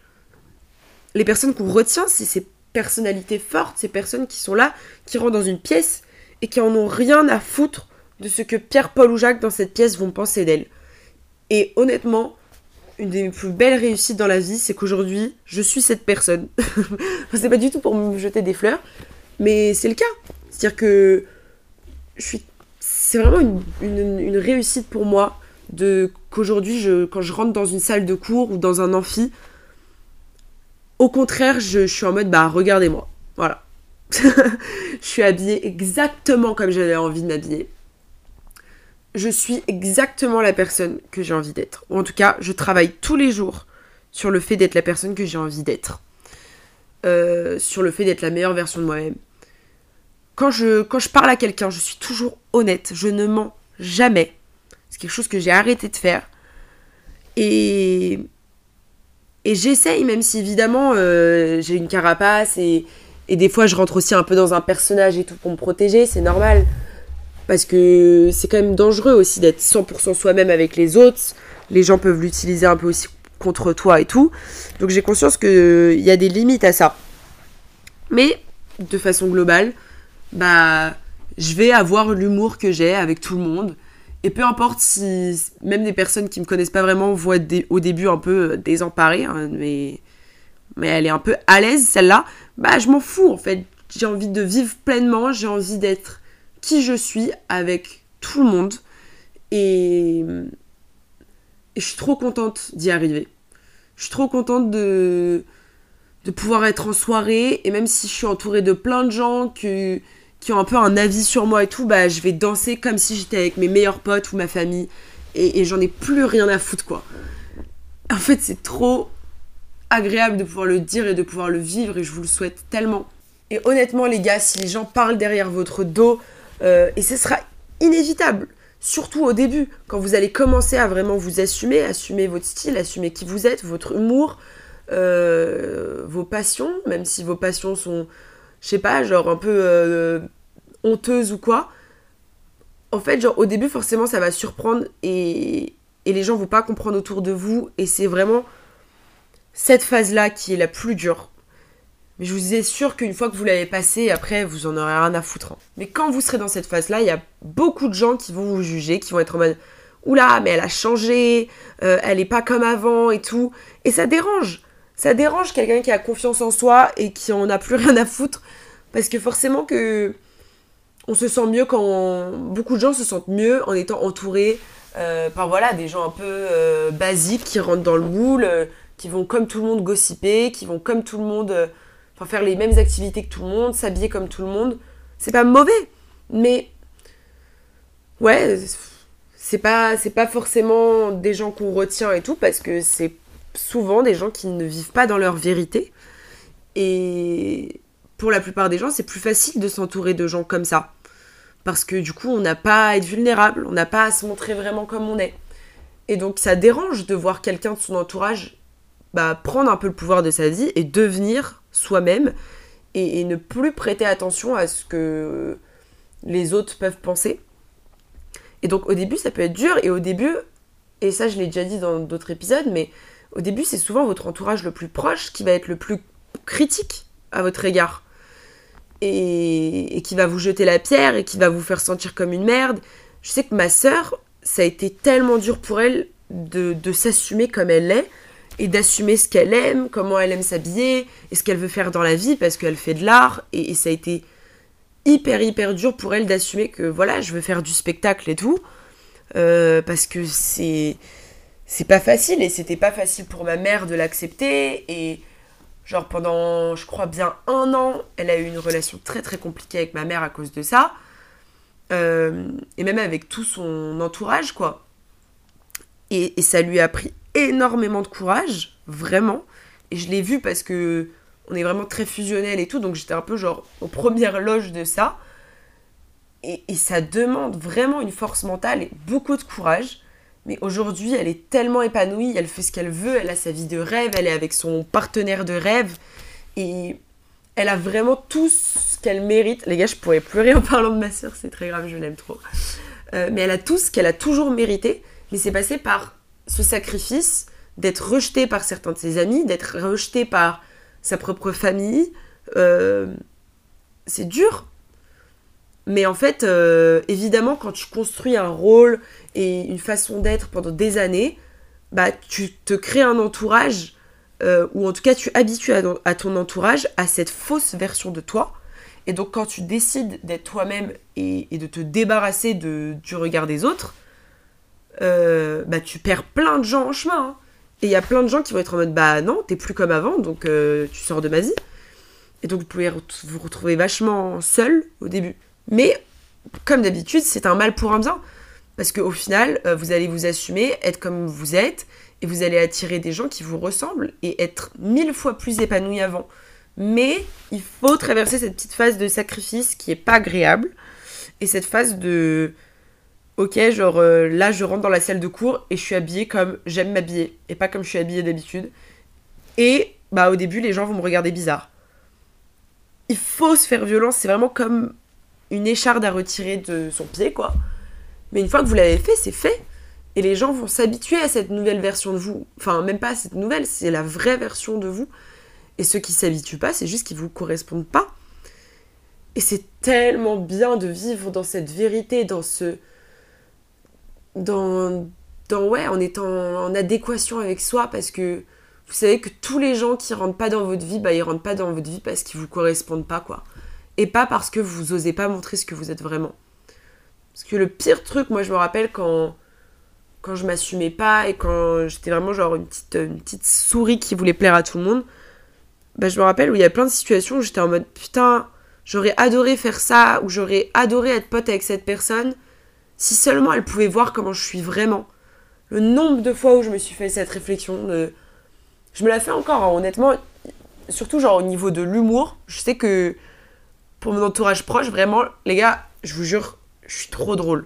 Les personnes qu'on retient, c'est ces personnalités fortes, ces personnes qui sont là, qui rentrent dans une pièce et qui en ont rien à foutre de ce que Pierre, Paul ou Jacques dans cette pièce vont penser d'elle. Et honnêtement, une des plus belles réussites dans la vie, c'est qu'aujourd'hui, je suis cette personne. C'est pas du tout pour me jeter des fleurs, mais c'est le cas. C'est-à-dire que c'est vraiment une réussite pour moi qu'aujourd'hui, quand je rentre dans une salle de cours ou dans un amphi, au contraire, je suis en mode, regardez-moi. Voilà. Je suis habillée exactement comme j'avais envie de m'habiller. Je suis exactement la personne que j'ai envie d'être. Ou en tout cas, je travaille tous les jours sur le fait d'être la personne que j'ai envie d'être. Sur le fait d'être la meilleure version de moi-même. Quand je parle à quelqu'un, je suis toujours honnête. Je ne mens jamais. C'est quelque chose que j'ai arrêté de faire. Et j'essaye, même si évidemment j'ai une carapace et des fois je rentre aussi un peu dans un personnage et tout pour me protéger, c'est normal. Parce que c'est quand même dangereux aussi d'être 100% soi-même avec les autres. Les gens peuvent l'utiliser un peu aussi contre toi et tout. Donc j'ai conscience qu'il y a des limites à ça. Mais de façon globale, je vais avoir l'humour que j'ai avec tout le monde. Et peu importe si même des personnes qui me connaissent pas vraiment voient au début un peu désemparée, hein, mais elle est un peu à l'aise celle-là, je m'en fous en fait. J'ai envie de vivre pleinement, j'ai envie d'être qui je suis avec tout le monde. Et je suis trop contente d'y arriver. Je suis trop contente de pouvoir être en soirée, et même si je suis entourée de plein de gens qui ont un peu un avis sur moi et tout, je vais danser comme si j'étais avec mes meilleurs potes ou ma famille, et j'en ai plus rien à foutre, quoi. En fait, c'est trop agréable de pouvoir le dire et de pouvoir le vivre, et je vous le souhaite tellement. Et honnêtement, les gars, si les gens parlent derrière votre dos, et ce sera inévitable, surtout au début, quand vous allez commencer à vraiment vous assumer votre style, assumer qui vous êtes, votre humour, vos passions, même si vos passions sont, je sais pas, genre un peu honteuses ou quoi. En fait, genre au début, forcément, ça va surprendre et les gens vont pas comprendre autour de vous, et c'est vraiment cette phase-là qui est la plus dure. Mais je vous assure qu'une fois que vous l'avez passée, après, vous en aurez rien à foutre. Hein. Mais quand vous serez dans cette phase-là, il y a beaucoup de gens qui vont vous juger, qui vont être en mode « Oula, mais elle a changé, elle est pas comme avant et tout. » Et ça dérange. Ça dérange quelqu'un qui a confiance en soi et qui en a plus rien à foutre. Parce que forcément que on se sent mieux beaucoup de gens se sentent mieux en étant entourés par des gens un peu basiques qui rentrent dans le moule, qui vont comme tout le monde gossiper, qui vont comme tout le monde... faire les mêmes activités que tout le monde, s'habiller comme tout le monde. C'est pas mauvais, mais ouais, c'est pas forcément des gens qu'on retient et tout, parce que c'est souvent des gens qui ne vivent pas dans leur vérité. Et pour la plupart des gens, c'est plus facile de s'entourer de gens comme ça. Parce que du coup, on n'a pas à être vulnérable, on n'a pas à se montrer vraiment comme on est. Et donc, ça dérange de voir quelqu'un de son entourage prendre un peu le pouvoir de sa vie et devenir soi-même et ne plus prêter attention à ce que les autres peuvent penser. Et donc au début ça peut être dur, et au début, et ça je l'ai déjà dit dans d'autres épisodes, mais au début c'est souvent votre entourage le plus proche qui va être le plus critique à votre égard et qui va vous jeter la pierre et qui va vous faire sentir comme une merde. Je sais que ma sœur, ça a été tellement dur pour elle de s'assumer comme elle est et d'assumer ce qu'elle aime, comment elle aime s'habiller et ce qu'elle veut faire dans la vie parce qu'elle fait de l'art et ça a été hyper dur pour elle d'assumer que voilà, je veux faire du spectacle et tout parce que c'est pas facile et c'était pas facile pour ma mère de l'accepter et genre pendant je crois bien 1 an elle a eu une relation très compliquée avec ma mère à cause de ça et même avec tout son entourage quoi et ça lui a pris énormément de courage vraiment et je l'ai vu parce que on est vraiment très fusionnels et tout, donc j'étais un peu genre aux premières loges de ça. Et ça demande vraiment une force mentale et beaucoup de courage. Mais aujourd'hui, elle est tellement épanouie, elle fait ce qu'elle veut, elle a sa vie de rêve, elle est avec son partenaire de rêve. Et elle a vraiment tout ce qu'elle mérite. Les gars, je pourrais pleurer en parlant de ma sœur, c'est très grave, je l'aime trop. Mais elle a tout ce qu'elle a toujours mérité. Mais c'est passé par ce sacrifice d'être rejetée par certains de ses amis, d'être rejetée par sa propre famille, c'est dur. Mais en fait, évidemment, quand tu construis un rôle et une façon d'être pendant des années, bah, tu te crées un entourage, ou en tout cas, tu habitues à ton entourage à cette fausse version de toi. Et donc, quand tu décides d'être toi-même et de te débarrasser du regard des autres, bah, tu perds plein de gens en chemin, hein. Et il y a plein de gens qui vont être en mode « Bah non, t'es plus comme avant, donc tu sors de ma vie. » Et donc vous pouvez vous retrouver vachement seul au début. Mais, comme d'habitude, c'est un mal pour un bien. Parce qu'au final, vous allez vous assumer, être comme vous êtes, et vous allez attirer des gens qui vous ressemblent, et être 1000 fois plus épanoui avant. Mais il faut traverser cette petite phase de sacrifice qui est pas agréable, et cette phase de... Ok, genre là je rentre dans la salle de cours et je suis habillée comme j'aime m'habiller et pas comme je suis habillée d'habitude. Et bah au début les gens vont me regarder bizarre. Il faut se faire violence, c'est vraiment comme une écharde à retirer de son pied quoi. Mais une fois que vous l'avez fait, c'est fait. Et les gens vont s'habituer à cette nouvelle version de vous. Enfin même pas à cette nouvelle, c'est la vraie version de vous. Et ceux qui s'habituent pas, c'est juste qu'ils vous correspondent pas. Et c'est tellement bien de vivre dans cette vérité, dans ce... ouais, en étant en adéquation avec soi parce que vous savez que tous les gens qui rentrent pas dans votre vie, bah ils rentrent pas dans votre vie parce qu'ils vous correspondent pas quoi. Et pas parce que vous osez pas montrer ce que vous êtes vraiment. Parce que le pire truc, moi je me rappelle quand je m'assumais pas et quand j'étais vraiment genre une petite souris qui voulait plaire à tout le monde, bah je me rappelle où il y a plein de situations où j'étais en mode putain, j'aurais adoré faire ça ou j'aurais adoré être pote avec cette personne. Si seulement elle pouvait voir comment je suis vraiment. Le nombre de fois où je me suis fait cette réflexion, je me la fais encore, hein, honnêtement. Surtout genre au niveau de l'humour. Je sais que pour mon entourage proche, vraiment, les gars, je vous jure, je suis trop drôle.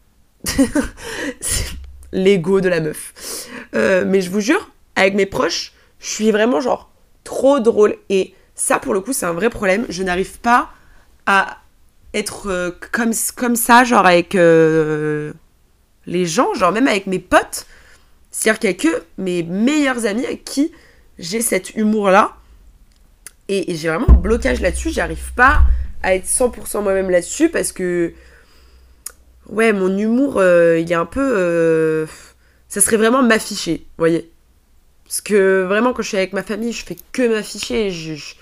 C'est l'ego de la meuf. Mais je vous jure, avec mes proches, je suis vraiment genre trop drôle. Et ça, pour le coup, c'est un vrai problème. Je n'arrive pas à... être comme ça, genre avec les gens, genre même avec mes potes. C'est-à-dire qu'il n'y a que mes meilleurs amis avec qui j'ai cet humour-là. Et j'ai vraiment un blocage là-dessus. J'arrive pas à être 100% moi-même là-dessus parce que... Ouais, mon humour, il est un peu... ça serait vraiment m'afficher, vous voyez. Parce que vraiment, quand je suis avec ma famille, je fais que m'afficher. Je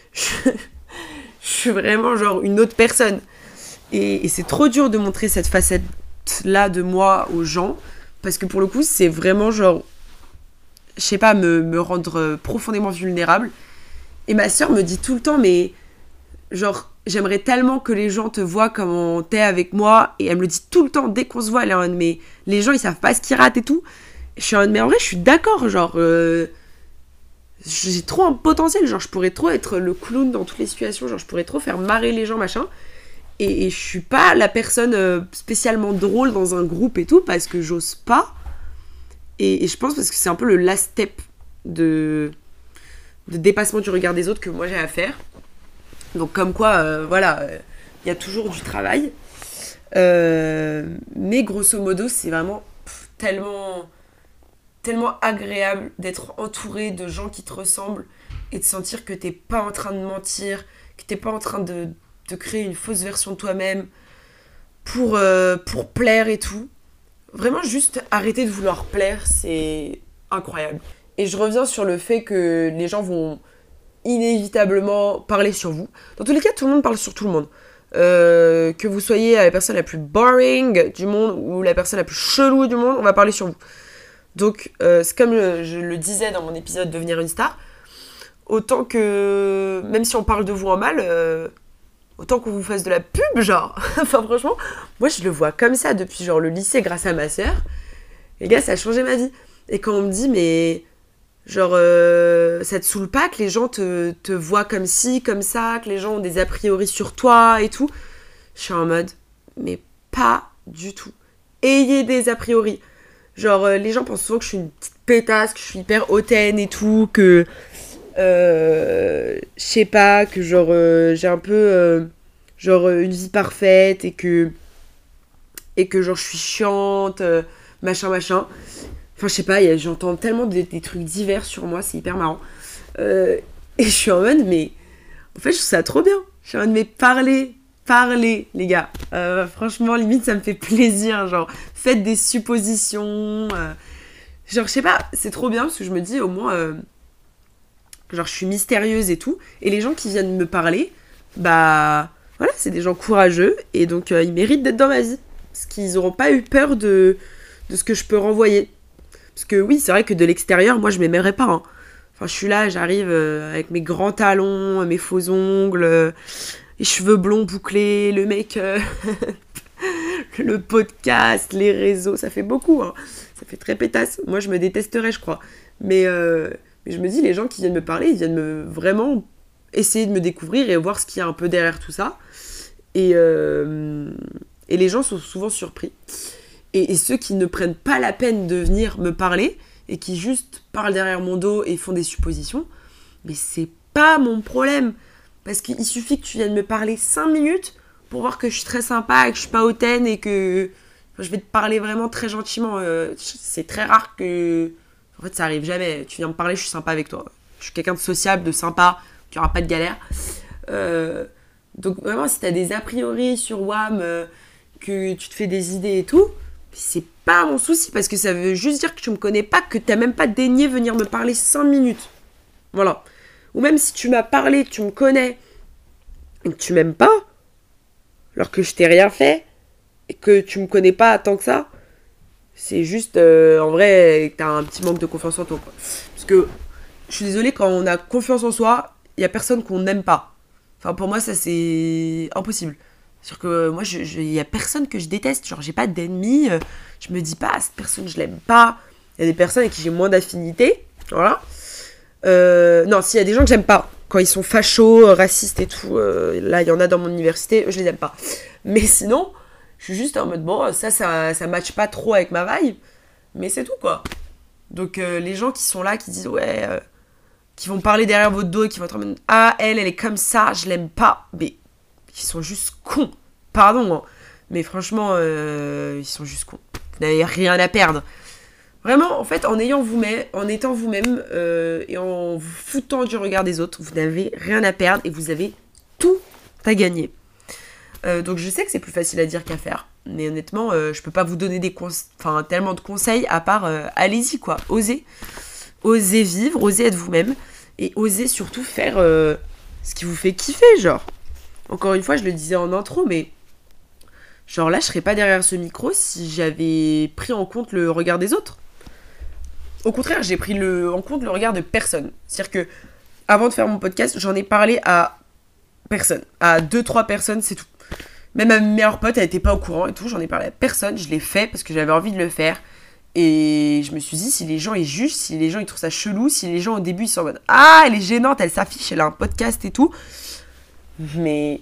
suis vraiment genre une autre personne. Et c'est trop dur de montrer cette facette-là de moi aux gens. Parce que pour le coup, c'est vraiment genre... Je sais pas, me rendre profondément vulnérable. Et ma sœur me dit tout le temps, mais... Genre, j'aimerais tellement que les gens te voient comme t'es avec moi. Et elle me le dit tout le temps, dès qu'on se voit, elle est en mode, mais les gens, ils savent pas ce qu'ils ratent et tout. Je suis en mode, mais en vrai, je suis d'accord, genre... j'ai trop un potentiel, genre je pourrais trop être le clown dans toutes les situations, genre je pourrais trop faire marrer les gens machin, et je suis pas la personne spécialement drôle dans un groupe et tout parce que j'ose pas, et je pense parce que c'est un peu le last step de dépassement du regard des autres que moi j'ai à faire. Donc comme quoi voilà, il y a toujours du travail, mais grosso modo c'est vraiment tellement agréable d'être entouré de gens qui te ressemblent et de sentir que t'es pas en train de mentir, que t'es pas en train de créer une fausse version de toi-même pour plaire et tout. vraiment juste arrêter de vouloir plaire, c'est incroyable. Et je reviens sur le fait que les gens vont inévitablement parler sur vous. Dans tous les cas, tout le monde parle sur tout le monde. Que vous soyez la personne la plus boring du monde ou la personne la plus chelou du monde, on va parler sur vous. Donc, c'est comme je le disais dans mon épisode Devenir une star, autant que, même si on parle de vous en mal, autant qu'on vous fasse de la pub, genre. Enfin, franchement, moi, je le vois comme ça depuis genre le lycée grâce à ma sœur. Les gars, ça a changé ma vie. Et quand on me dit, mais genre, ça te saoule pas que les gens te voient comme ci, comme ça, que les gens ont des a priori sur toi et tout, je suis en mode, mais pas du tout. Ayez des a priori. Genre, les gens pensent souvent que je suis une petite pétasse, que je suis hyper hautaine et tout, que je sais pas, que genre j'ai un peu genre une vie parfaite et que genre je suis chiante, machin. Enfin je sais pas, j'entends tellement des trucs divers sur moi, c'est hyper marrant. Et je suis en mode, mais en fait je trouve ça trop bien. Je suis en mode, mais parlez les gars. Franchement limite ça me fait plaisir, genre faites des suppositions. Genre je sais pas, c'est trop bien parce que je me dis au moins... genre je suis mystérieuse et tout, et les gens qui viennent me parler, bah voilà, c'est des gens courageux, et donc ils méritent d'être dans ma vie, parce qu'ils n'auront pas eu peur de ce que je peux renvoyer. Parce que oui, c'est vrai que de l'extérieur, moi je m'aimerais pas, hein. Enfin je suis là, j'arrive avec mes grands talons, mes faux ongles, les cheveux blonds bouclés, le make-up, le podcast, les réseaux, ça fait beaucoup, hein. Ça fait très pétasse, moi je me détesterais je crois, mais je me dis, les gens qui viennent me parler, ils viennent vraiment essayer de me découvrir et voir ce qu'il y a un peu derrière tout ça. Et les gens sont souvent surpris. Et ceux qui ne prennent pas la peine de venir me parler et qui juste parlent derrière mon dos et font des suppositions, mais c'est pas mon problème. Parce qu'il suffit que tu viennes me parler 5 minutes pour voir que je suis très sympa, que je suis pas hautaine et que je vais te parler vraiment très gentiment. C'est très rare que... En fait, ça arrive jamais. Tu viens me parler, je suis sympa avec toi. Je suis quelqu'un de sociable, de sympa, tu n'auras pas de galère. Donc vraiment, si tu as des a priori sur WAM, que tu te fais des idées et tout, c'est pas mon souci, parce que ça veut juste dire que tu me connais pas, que tu n'as même pas daigné venir me parler 5 minutes. Voilà. Ou même si tu m'as parlé, tu me connais, et que tu m'aimes pas, alors que je t'ai rien fait, et que tu me connais pas tant que ça, c'est juste, en vrai, que t'as un petit manque de confiance en toi, quoi. Parce que, je suis désolée, quand on a confiance en soi, il y a personne qu'on n'aime pas. Enfin, pour moi, ça, c'est impossible. C'est-à-dire que moi, il y a personne que je déteste. Genre, j'ai pas d'ennemis. Je me dis pas, cette personne, je l'aime pas. Il y a des personnes avec qui j'ai moins d'affinité. Voilà. Non, s'il y a des gens que j'aime pas, quand ils sont fachos, racistes et tout, là, il y en a dans mon université, je les aime pas. Mais sinon... je suis juste en mode, bon, ça matche pas trop avec ma vibe, mais c'est tout, quoi. Donc, les gens qui sont là, qui disent, ouais, qui vont parler derrière votre dos et qui vont être en mode, ah, elle est comme ça, je l'aime pas. Mais ils sont juste cons. Pardon, hein. Mais franchement, ils sont juste cons. Vous n'avez rien à perdre. Vraiment, en fait, en étant vous-même et en vous foutant du regard des autres, vous n'avez rien à perdre et vous avez tout à gagner. Donc je sais que c'est plus facile à dire qu'à faire, mais honnêtement je peux pas vous donner tellement de conseils à part allez-y quoi, osez vivre, osez être vous-même et osez surtout faire ce qui vous fait kiffer, genre. Encore une fois, je le disais en intro, mais genre là je serais pas derrière ce micro si j'avais pris en compte le regard des autres. Au contraire, j'ai pris en compte le regard de personne. C'est-à-dire que avant de faire mon podcast, j'en ai parlé à personne, à 2-3 personnes, c'est tout. Même ma meilleure pote, elle était pas au courant et tout, j'en ai parlé à personne, je l'ai fait parce que j'avais envie de le faire. Et je me suis dit, si les gens ils jugent, si les gens ils trouvent ça chelou, si les gens au début ils sont en mode, ah, elle est gênante, elle s'affiche, elle a un podcast et tout. Mais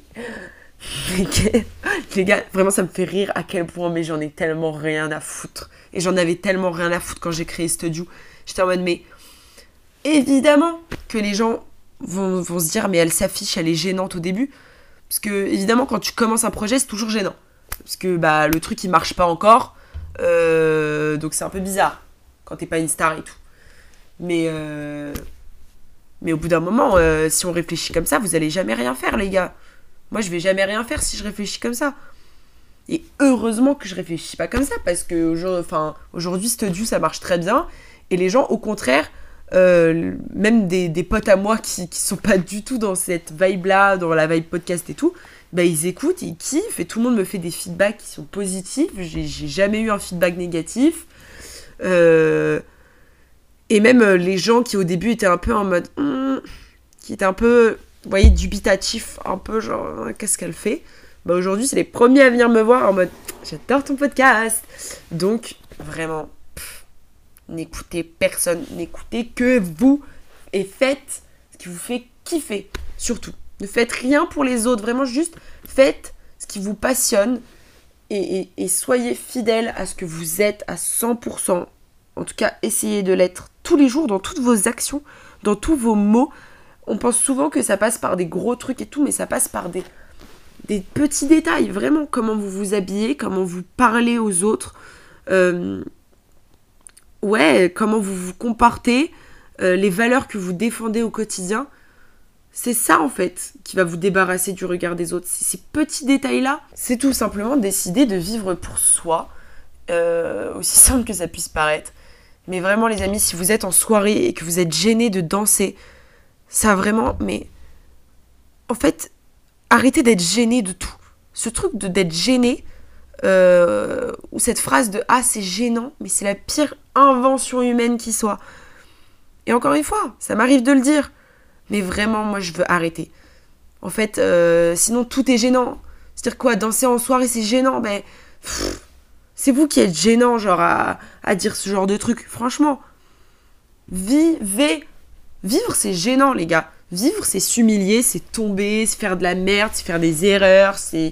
les gars, vraiment ça me fait rire à quel point, mais j'en ai tellement rien à foutre. Et j'en avais tellement rien à foutre quand j'ai créé Studio. J'étais en mode, mais évidemment que les gens vont se dire, mais elle s'affiche, elle est gênante au début. Parce que, évidemment, quand tu commences un projet, c'est toujours gênant. Parce que bah, le truc, il marche pas encore. Donc, c'est un peu bizarre quand t'es pas une star et tout. Mais au bout d'un moment, si on réfléchit comme ça, vous allez jamais rien faire, les gars. Moi, je vais jamais rien faire si je réfléchis comme ça. Et heureusement que je réfléchis pas comme ça, parce que aujourd'hui, Studio, ça marche très bien. Et les gens, au contraire, même des potes à moi qui sont pas du tout dans cette vibe-là, dans la vibe podcast et tout, bah ils écoutent, ils kiffent, et tout le monde me fait des feedbacks qui sont positifs. J'ai jamais eu un feedback négatif. Et même les gens qui au début étaient un peu en mode... qui étaient un peu, vous voyez, dubitatifs, un peu genre, qu'est-ce qu'elle fait ? Bah aujourd'hui, c'est les premiers à venir me voir en mode j'adore ton podcast. Donc, vraiment, n'écoutez personne, n'écoutez que vous et faites ce qui vous fait kiffer. Surtout, ne faites rien pour les autres, vraiment juste faites ce qui vous passionne et soyez fidèles à ce que vous êtes à 100%. En tout cas, essayez de l'être tous les jours dans toutes vos actions, dans tous vos mots. On pense souvent que ça passe par des gros trucs et tout, mais ça passe par des petits détails, vraiment, comment vous vous habillez, comment vous parlez aux autres, comment vous vous comportez, les valeurs que vous défendez au quotidien. C'est ça, en fait, qui va vous débarrasser du regard des autres. Ces petits détails-là, c'est tout simplement décider de vivre pour soi, aussi simple que ça puisse paraître. Mais vraiment, les amis, si vous êtes en soirée et que vous êtes gênés de danser, ça vraiment, mais en fait... Arrêtez d'être gêné de tout. Ce truc d'être gêné, ou cette phrase de « Ah, c'est gênant », mais c'est la pire invention humaine qui soit. Et encore une fois, ça m'arrive de le dire. Mais vraiment, moi, je veux arrêter. En fait, sinon, tout est gênant. C'est-à-dire quoi, danser en soirée, c'est gênant. Ben, c'est vous qui êtes gênant, genre, à dire ce genre de truc. Franchement, vivre, c'est gênant, les gars. Vivre, c'est s'humilier, c'est tomber, c'est faire de la merde, c'est faire des erreurs, c'est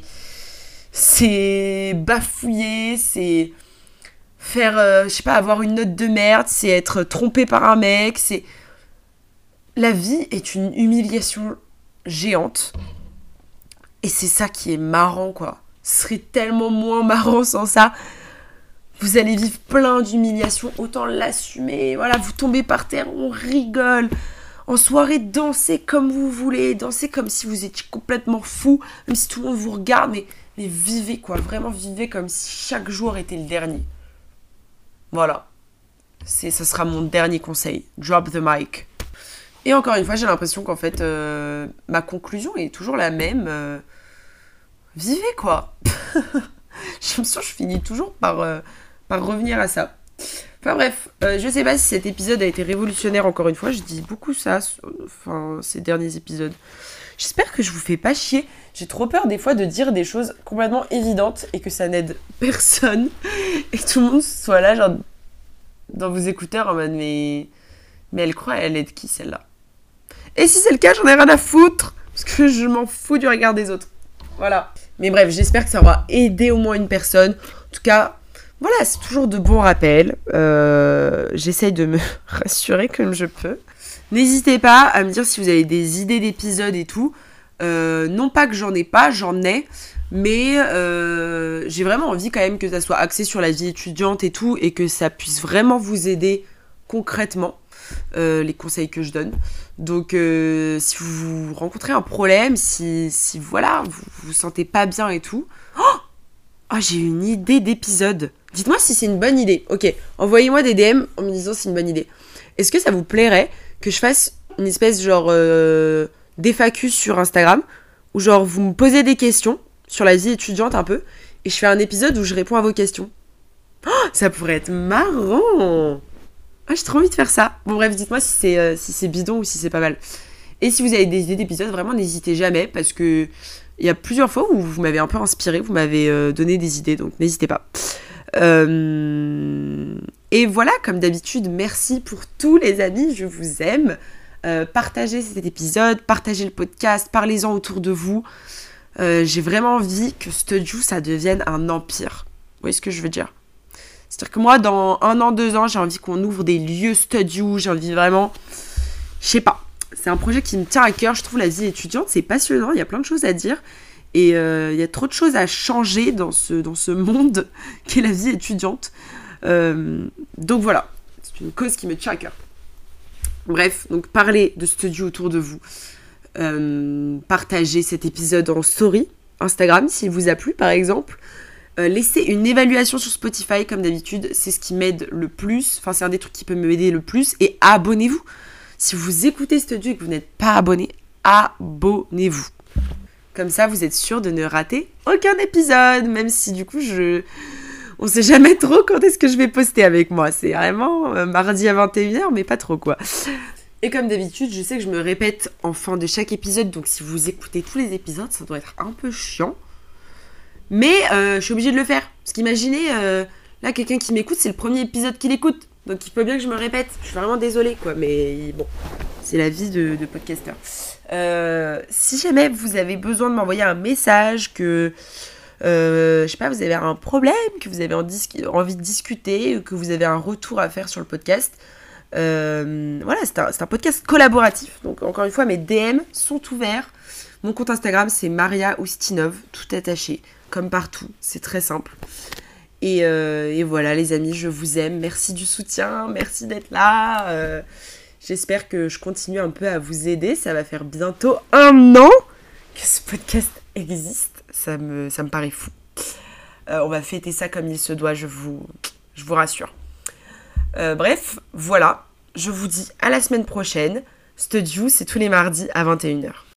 bafouiller, c'est faire, avoir une note de merde, c'est être trompé par un mec, c'est... La vie est une humiliation géante. Et c'est ça qui est marrant, quoi. Ce serait tellement moins marrant sans ça. Vous allez vivre plein d'humiliations, autant l'assumer. Voilà, vous tombez par terre, on rigole. En soirée, dansez comme vous voulez, dansez comme si vous étiez complètement fou, même si tout le monde vous regarde, mais vivez quoi, vraiment vivez comme si chaque jour était le dernier. Voilà, ça sera mon dernier conseil, drop the mic. Et encore une fois, j'ai l'impression qu'en fait, ma conclusion est toujours la même, vivez quoi. J'ai l'impression que je finis toujours par revenir à ça. Enfin bref, je sais pas si cet épisode a été révolutionnaire encore une fois, je dis beaucoup ça, ces derniers épisodes. J'espère que je vous fais pas chier, j'ai trop peur des fois de dire des choses complètement évidentes et que ça n'aide personne et que tout le monde soit là genre dans vos écouteurs en mode mais elle croit elle aide qui celle-là. Et si c'est le cas, j'en ai rien à foutre parce que je m'en fous du regard des autres. Voilà. Mais bref, j'espère que ça aura aidé au moins une personne. En tout cas... Voilà, c'est toujours de bons rappels. J'essaye de me rassurer comme je peux. N'hésitez pas à me dire si vous avez des idées d'épisodes et tout. Non pas que j'en ai pas, j'en ai. Mais j'ai vraiment envie quand même que ça soit axé sur la vie étudiante et tout. Et que ça puisse vraiment vous aider concrètement. Les conseils que je donne. Donc si vous rencontrez un problème, si voilà, vous vous sentez pas bien et tout... Oh, j'ai une idée d'épisode. Dites-moi si c'est une bonne idée. Ok, envoyez-moi des DM en me disant si c'est une bonne idée. Est-ce que ça vous plairait que je fasse une espèce genre d'FAQ sur Instagram où genre vous me posez des questions sur la vie étudiante un peu et je fais un épisode où je réponds à vos questions. Oh, ça pourrait être marrant. Ah, j'ai trop envie de faire ça. Bon bref, dites-moi si c'est bidon ou si c'est pas mal. Et si vous avez des idées d'épisodes, vraiment n'hésitez jamais parce que il y a plusieurs fois où vous m'avez un peu inspiré, vous m'avez donné des idées, donc n'hésitez pas. Et voilà, comme d'habitude, merci pour tous les amis, je vous aime. Partagez cet épisode, partagez le podcast, parlez-en autour de vous. J'ai vraiment envie que Studio, ça devienne un empire. Vous voyez ce que je veux dire ? C'est-à-dire que moi, dans 1 an, 2 ans, j'ai envie qu'on ouvre des lieux Studio, j'ai envie vraiment... Je sais pas. C'est un projet qui me tient à cœur. Je trouve la vie étudiante, c'est passionnant. Il y a plein de choses à dire. Et il y a trop de choses à changer dans ce monde qu'est la vie étudiante. Donc voilà. C'est une cause qui me tient à cœur. Bref, donc parlez de Studio autour de vous. Partagez cet épisode en story Instagram s'il vous a plu, par exemple. Laissez une évaluation sur Spotify comme d'habitude, c'est ce qui m'aide le plus, enfin c'est un des trucs qui peut m'aider le plus, et abonnez-vous. Si vous écoutez cet audio et que vous n'êtes pas abonné, abonnez-vous. Comme ça, vous êtes sûr de ne rater aucun épisode, même si du coup, on sait jamais trop quand est-ce que je vais poster avec moi. C'est vraiment mardi à 21h, mais pas trop quoi. Et comme d'habitude, je sais que je me répète en fin de chaque épisode, donc si vous écoutez tous les épisodes, ça doit être un peu chiant. Mais je suis obligée de le faire. Parce qu'imaginez, là, quelqu'un qui m'écoute, c'est le premier épisode qu'il écoute. Donc il faut bien que je me répète. Je suis vraiment désolée, quoi. Mais bon, c'est la vie de podcasteur. Si jamais vous avez besoin de m'envoyer un message, que je sais pas, vous avez un problème, que vous avez envie de discuter, que vous avez un retour à faire sur le podcast, voilà, c'est un podcast collaboratif. Donc encore une fois, mes DM sont ouverts. Mon compte Instagram, c'est Maria Oustinov, tout attaché, comme partout. C'est très simple. Et voilà, les amis, je vous aime. Merci du soutien, merci d'être là. J'espère que je continue un peu à vous aider. Ça va faire bientôt 1 an que ce podcast existe. Ça me paraît fou. On va fêter ça comme il se doit, je vous rassure. Bref, voilà. Je vous dis à la semaine prochaine. Studio, c'est tous les mardis à 21h.